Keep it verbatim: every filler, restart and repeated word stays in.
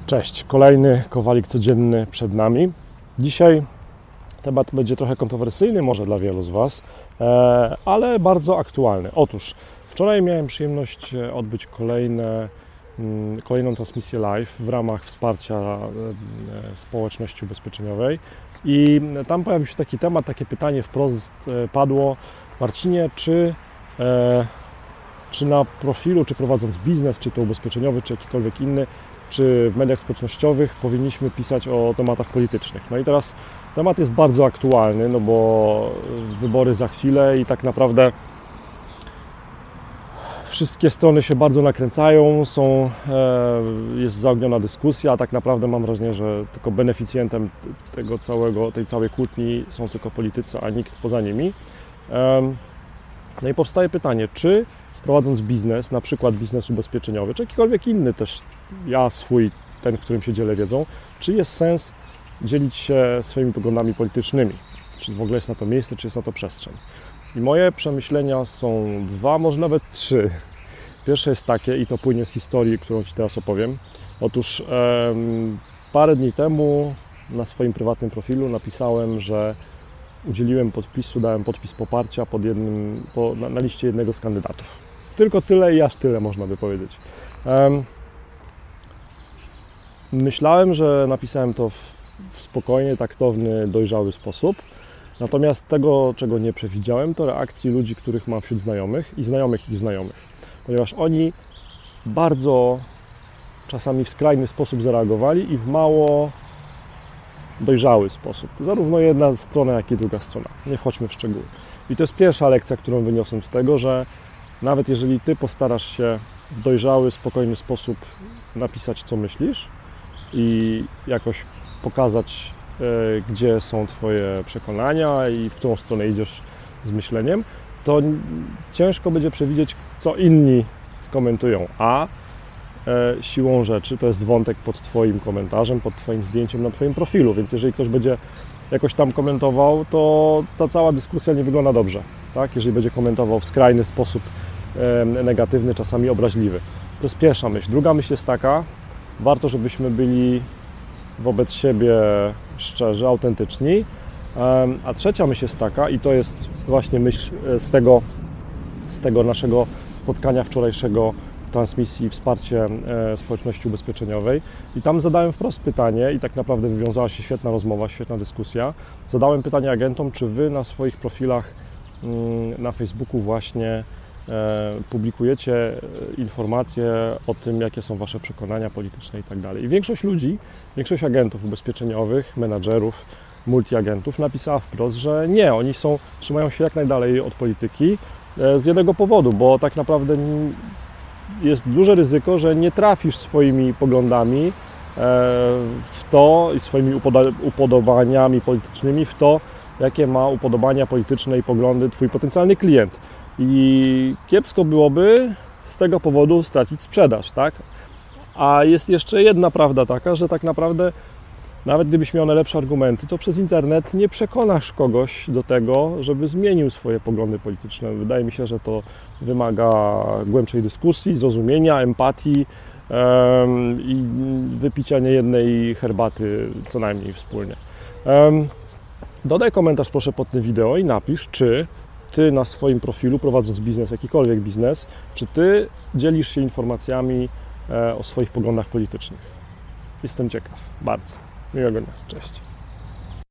Cześć, kolejny Kowalik Codzienny przed nami. Dzisiaj temat będzie trochę kontrowersyjny może dla wielu z Was, ale bardzo aktualny. Otóż wczoraj miałem przyjemność odbyć kolejne, kolejną transmisję live w ramach wsparcia społeczności ubezpieczeniowej i tam pojawił się taki temat, takie pytanie wprost padło: Marcinie, czy, czy na profilu, czy prowadząc biznes, czy to ubezpieczeniowy, czy jakikolwiek inny, czy w mediach społecznościowych powinniśmy pisać o tematach politycznych. No i teraz temat jest bardzo aktualny, no bo wybory za chwilę i tak naprawdę wszystkie strony się bardzo nakręcają, są, jest zaogniona dyskusja, a tak naprawdę mam wrażenie, że tylko beneficjentem tego całego, tej całej kłótni są tylko politycy, a nikt poza nimi. No i powstaje pytanie, czy prowadząc biznes, na przykład biznes ubezpieczeniowy, czy jakikolwiek inny też, ja swój, ten, w którym się dzielę wiedzą, czy jest sens dzielić się swoimi poglądami politycznymi? Czy w ogóle jest na to miejsce, czy jest na to przestrzeń? I moje przemyślenia są dwa, może nawet trzy. Pierwsze jest takie, i to płynie z historii, którą Ci teraz opowiem. Otóż em, parę dni temu na swoim prywatnym profilu napisałem, że udzieliłem podpisu, dałem podpis poparcia pod jednym, po, na, na liście jednego z kandydatów. Tylko tyle i aż tyle, można by powiedzieć. Um, myślałem, że napisałem to w, w spokojny, taktowny, dojrzały sposób. Natomiast tego, czego nie przewidziałem, to reakcji ludzi, których mam wśród znajomych i znajomych ich znajomych. Ponieważ oni bardzo czasami w skrajny sposób zareagowali i w mało dojrzały sposób. Zarówno jedna strona, jak i druga strona. Nie wchodźmy w szczegóły. I to jest pierwsza lekcja, którą wyniosłem z tego, że nawet jeżeli Ty postarasz się w dojrzały, spokojny sposób napisać, co myślisz i jakoś pokazać, y, gdzie są Twoje przekonania i w którą stronę idziesz z myśleniem, to ciężko będzie przewidzieć, co inni skomentują. A e, siłą rzeczy to jest wątek pod Twoim komentarzem, pod Twoim zdjęciem na Twoim profilu, więc jeżeli ktoś będzie jakoś tam komentował, to ta cała dyskusja nie wygląda dobrze, tak? Jeżeli będzie komentował w skrajny sposób e, negatywny, czasami obraźliwy. To jest pierwsza myśl. Druga myśl jest taka: warto, żebyśmy byli wobec siebie szczerzy, autentyczni. E, a trzecia myśl jest taka, i to jest właśnie myśl z tego, z tego naszego spotkania wczorajszego, transmisji Wsparcie e, Społeczności Ubezpieczeniowej, i tam zadałem wprost pytanie i tak naprawdę wywiązała się świetna rozmowa, świetna dyskusja. Zadałem pytanie agentom, czy Wy na swoich profilach mm, na Facebooku właśnie e, publikujecie informacje o tym, jakie są Wasze przekonania polityczne i tak dalej. I większość ludzi, większość agentów ubezpieczeniowych, menadżerów, multiagentów napisała wprost, że nie, oni są, trzymają się jak najdalej od polityki e, z jednego powodu, bo tak naprawdę jest duże ryzyko, że nie trafisz swoimi poglądami w to i swoimi upodobaniami politycznymi w to, jakie ma upodobania polityczne i poglądy Twój potencjalny klient. I kiepsko byłoby z tego powodu stracić sprzedaż, tak? A jest jeszcze jedna prawda taka, że tak naprawdę nawet gdybyś miał najlepsze argumenty, to przez internet nie przekonasz kogoś do tego, żeby zmienił swoje poglądy polityczne. Wydaje mi się, że to wymaga głębszej dyskusji, zrozumienia, empatii um, i wypicia niejednej herbaty co najmniej wspólnie. Um, dodaj komentarz proszę pod tym wideo i napisz, czy Ty na swoim profilu, prowadząc biznes, jakikolwiek biznes, czy Ty dzielisz się informacjami e, o swoich poglądach politycznych. Jestem ciekaw, bardzo. Miłego dnia, cześć.